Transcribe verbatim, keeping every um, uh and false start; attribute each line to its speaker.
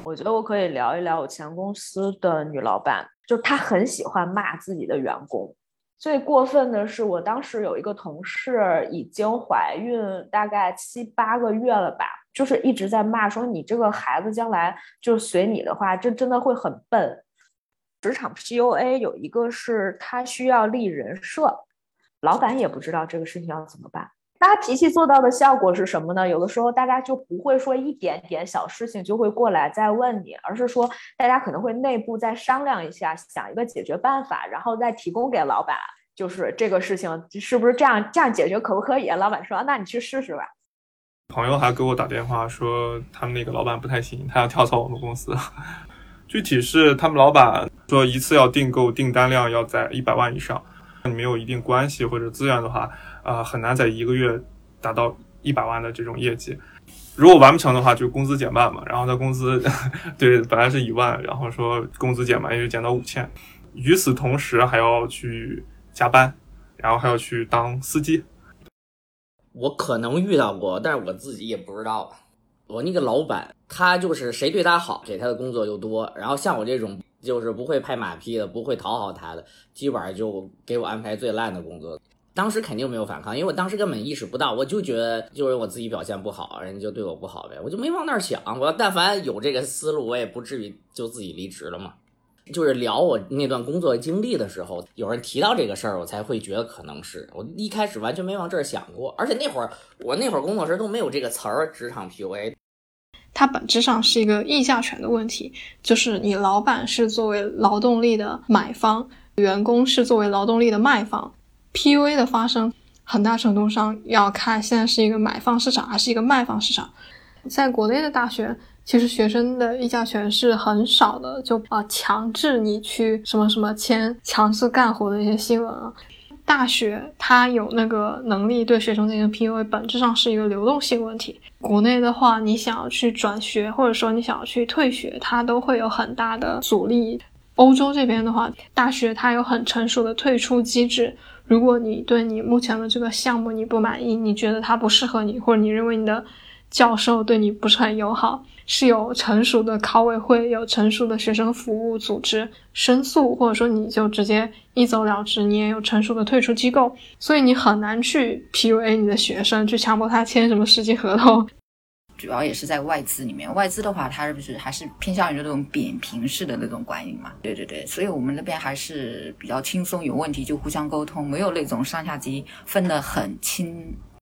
Speaker 1: 我觉得我可以聊一聊我前公司的女老板，就她很喜欢骂自己的员工。最过分的是，我当时有一个同事已经怀孕大概七八个月了吧，就是一直在骂说你这个孩子将来就随你的话，这真的会很笨。职场 P U A 有一个是他需要立人设，老板也不知道这个事情要怎么办。大家脾气做到的效果是什么呢？有的时候大家就不会说一点点小事情就会过来再问你，而是说大家可能会内部再商量一下，想一个解决办法，然后再提供给老板，就是这个事情是不是这样这样解决可不可以？老板说那你去试试吧。
Speaker 2: 朋友还给我打电话说他们那个老板不太行，他要跳槽我们公司。具体是他们老板说一次要订购订单量要在一百万以上，你没有一定关系或者资源的话，呃，很难在一个月达到一百万的这种业绩。如果完不成的话，就工资减半嘛。然后他工资对本来是一万，然后说工资减半也就减到五千。与此同时还要去加班，然后还要去当司机。
Speaker 3: 我可能遇到过，但是我自己也不知道。我那个老板他就是谁对他好给他的工作就多，然后像我这种就是不会拍马屁的不会讨好他的，基本上就给我安排最烂的工作。当时肯定没有反抗，因为我当时根本意识不到，我就觉得就是我自己表现不好，人家就对我不好呗，我就没往那儿想。我要但凡有这个思路，我也不至于就自己离职了嘛。就是聊我那段工作经历的时候，有人提到这个事儿，我才会觉得可能是我一开始完全没往这儿想过。而且那会儿我那会儿工作时都没有这个词儿，职场 P U A。
Speaker 4: 它本质上是一个议价权的问题，就是你老板是作为劳动力的买方，员工是作为劳动力的卖方。P U A 的发生很大程度上要看现在是一个买方市场还是一个卖方市场。在国内的大学，其实学生的议价权是很少的，就啊、呃、强制你去什么什么签强制干活的一些新闻啊。大学它有那个能力对学生进行 P U A， 本质上是一个流动性问题。国内的话，你想要去转学或者说你想要去退学，它都会有很大的阻力。欧洲这边的话，大学它有很成熟的退出机制，如果你对你目前的这个项目你不满意，你觉得它不适合你，或者你认为你的教授对你不是很友好，是有成熟的考委会，有成熟的学生服务组织申诉，或者说你就直接一走了之，你也有成熟的退出机构，所以你很难去 P U A 你的学生，去强迫他签什么实际合同。
Speaker 5: 主要也是在外资里面，外资的话它是不是还是偏向于这种扁平式的那种管理嘛？对对对，所以我们那边还是比较轻松，有问题就互相沟通，没有那种上下级分得很清。